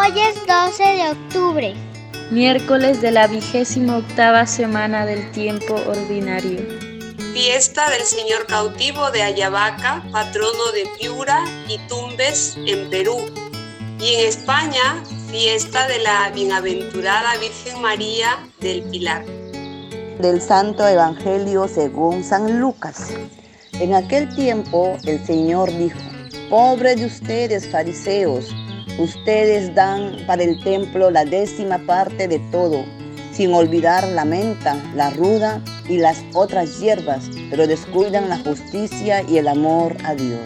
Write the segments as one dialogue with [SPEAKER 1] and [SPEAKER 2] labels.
[SPEAKER 1] Hoy es 12 de octubre,
[SPEAKER 2] miércoles de la 28ª semana del tiempo ordinario.
[SPEAKER 3] Fiesta del Señor cautivo de Ayabaca, patrono de Piura y Tumbes en Perú. Y en España, fiesta de la Bienaventurada Virgen María del Pilar.
[SPEAKER 4] Del Santo Evangelio según San Lucas. En aquel tiempo el Señor dijo: pobres de ustedes, fariseos, ustedes dan para el templo la 10ª parte de todo, sin olvidar la menta, la ruda y las otras hierbas, pero descuidan la justicia y el amor a Dios.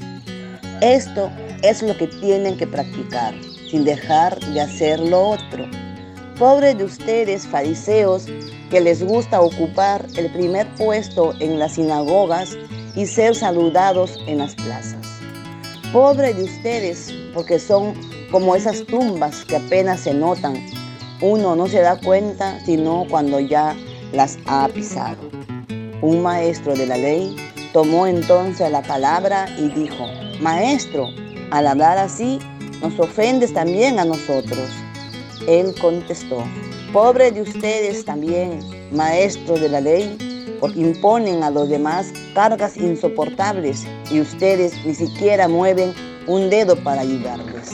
[SPEAKER 4] Esto es lo que tienen que practicar, sin dejar de hacer lo otro. Pobres de ustedes, fariseos, que les gusta ocupar el primer puesto en las sinagogas y ser saludados en las plazas. Pobres de ustedes, porque son como esas tumbas que apenas se notan. Uno no se da cuenta sino cuando ya las ha pisado. Un maestro de la ley tomó entonces la palabra y dijo: Maestro, al hablar así, nos ofendes también a nosotros. Él contestó: pobres de ustedes también, maestros de la ley, porque imponen a los demás cargas insoportables y ustedes ni siquiera mueven un dedo para ayudarles.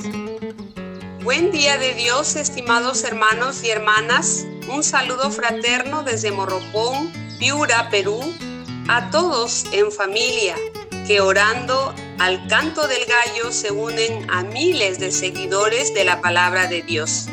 [SPEAKER 3] Buen día de Dios, estimados hermanos y hermanas. Un saludo fraterno desde Morropón, Piura, Perú, a todos en familia que orando al canto del gallo se unen a miles de seguidores de la palabra de Dios.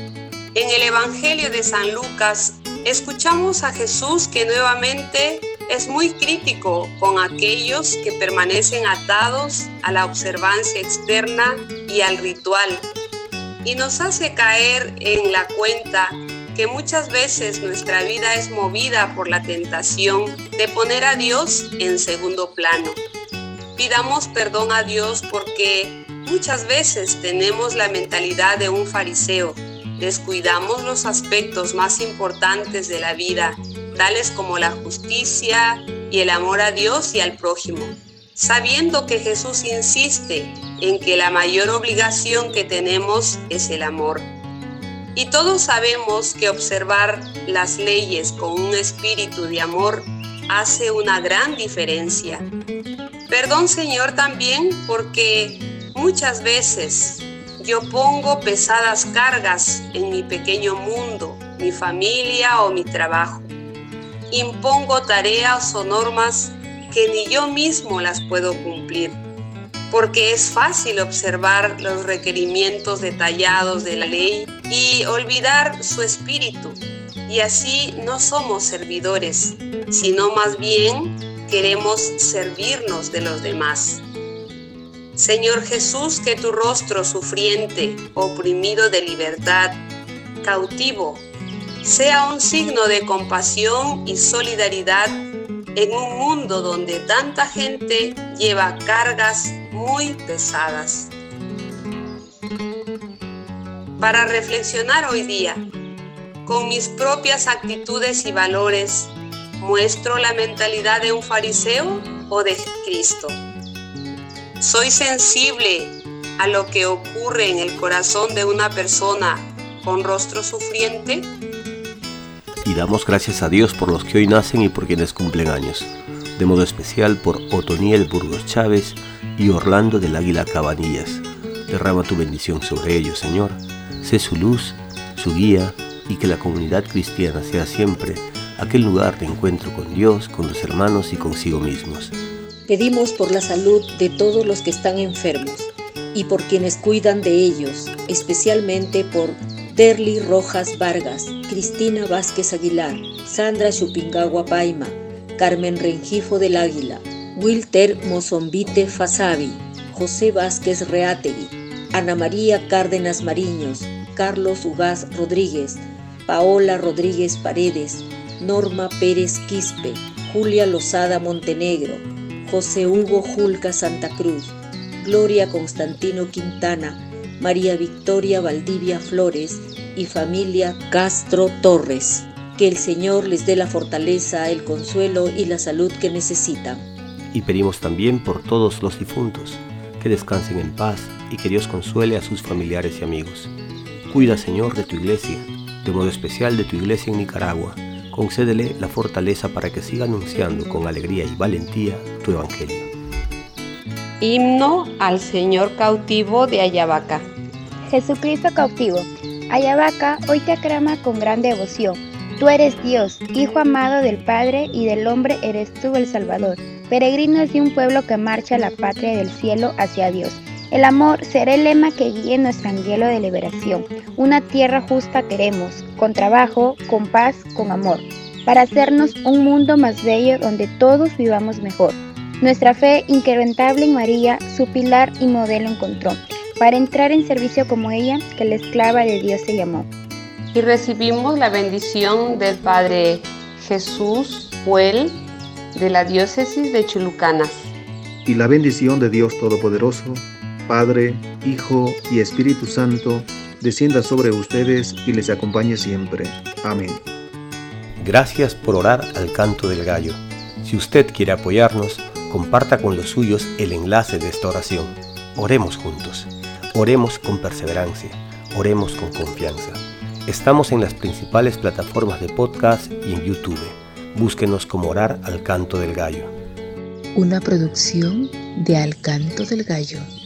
[SPEAKER 3] En el Evangelio de San Lucas escuchamos a Jesús que nuevamente es muy crítico con aquellos que permanecen atados a la observancia externa y al ritual, y nos hace caer en la cuenta que muchas veces nuestra vida es movida por la tentación de poner a Dios en segundo plano. Pidamos perdón a Dios porque muchas veces tenemos la mentalidad de un fariseo. Descuidamos los aspectos más importantes de la vida, tales como la justicia y el amor a Dios y al prójimo, sabiendo que Jesús insiste en que la mayor obligación que tenemos es el amor. Y todos sabemos que observar las leyes con un espíritu de amor hace una gran diferencia. Perdón, Señor, también porque muchas veces yo pongo pesadas cargas en mi pequeño mundo, mi familia o mi trabajo. Impongo tareas o normas que ni yo mismo las puedo cumplir, porque es fácil observar los requerimientos detallados de la ley y olvidar su espíritu. Y así no somos servidores, sino más bien queremos servirnos de los demás. Señor Jesús, que tu rostro sufriente, oprimido de libertad, cautivo, sea un signo de compasión y solidaridad en un mundo donde tanta gente lleva cargas muy pesadas. Para reflexionar hoy día, con mis propias actitudes y valores, ¿muestro la mentalidad de un fariseo o de Cristo? ¿Soy sensible a lo que ocurre en el corazón de una persona con rostro sufriente?
[SPEAKER 5] Y damos gracias a Dios por los que hoy nacen y por quienes cumplen años, de modo especial por Otoniel Burgos Chávez y Orlando del Águila Cabanillas. Derrama tu bendición sobre ellos, Señor. Sé su luz, su guía, y que la comunidad cristiana sea siempre aquel lugar de encuentro con Dios, con los hermanos y consigo mismos.
[SPEAKER 6] Pedimos por la salud de todos los que están enfermos y por quienes cuidan de ellos, especialmente por Derly Rojas Vargas, Cristina Vázquez Aguilar, Sandra Chupingagua Paima, Carmen Rengifo del Águila, Wilter Mozombite Fasabi, José Vázquez Reátegui, Ana María Cárdenas Mariños, Carlos Ugaz Rodríguez, Paola Rodríguez Paredes, Norma Pérez Quispe, Julia Lozada Montenegro, José Hugo Julca Santa Cruz, Gloria Constantino Quintana, María Victoria Valdivia Flores y familia Castro Torres. Que el Señor les dé la fortaleza, el consuelo y la salud que necesitan.
[SPEAKER 5] Y pedimos también por todos los difuntos, que descansen en paz y que Dios consuele a sus familiares y amigos. Cuida, Señor, de tu iglesia, de modo especial de tu iglesia en Nicaragua. Concédele la fortaleza para que siga anunciando con alegría y valentía tu evangelio.
[SPEAKER 3] Himno al Señor cautivo de Ayabaca.
[SPEAKER 1] Jesucristo cautivo, Ayabaca hoy te aclama con gran devoción. Tú eres Dios, Hijo amado del Padre, y del hombre eres tú el Salvador. Peregrinos de un pueblo que marcha a la patria del cielo hacia Dios. El amor será el lema que guíe nuestro anhelo de liberación. Una tierra justa queremos, con trabajo, con paz, con amor, para hacernos un mundo más bello donde todos vivamos mejor. Nuestra fe inquebrantable en María, su pilar y modelo encontró, para entrar en servicio como ella, que la esclava de Dios se llamó.
[SPEAKER 3] Y recibimos la bendición del Padre Jesús Huel, de la diócesis de Chulucanas.
[SPEAKER 7] Y la bendición de Dios Todopoderoso, Padre, Hijo y Espíritu Santo, descienda sobre ustedes y les acompañe siempre. Amén.
[SPEAKER 5] Gracias por orar al canto del gallo. Si usted quiere apoyarnos, comparta con los suyos el enlace de esta oración. Oremos juntos. Oremos con perseverancia. Oremos con confianza. Estamos en las principales plataformas de podcast y en YouTube. Búsquenos como Orar al Canto del Gallo.
[SPEAKER 8] Una producción de Al Canto del Gallo.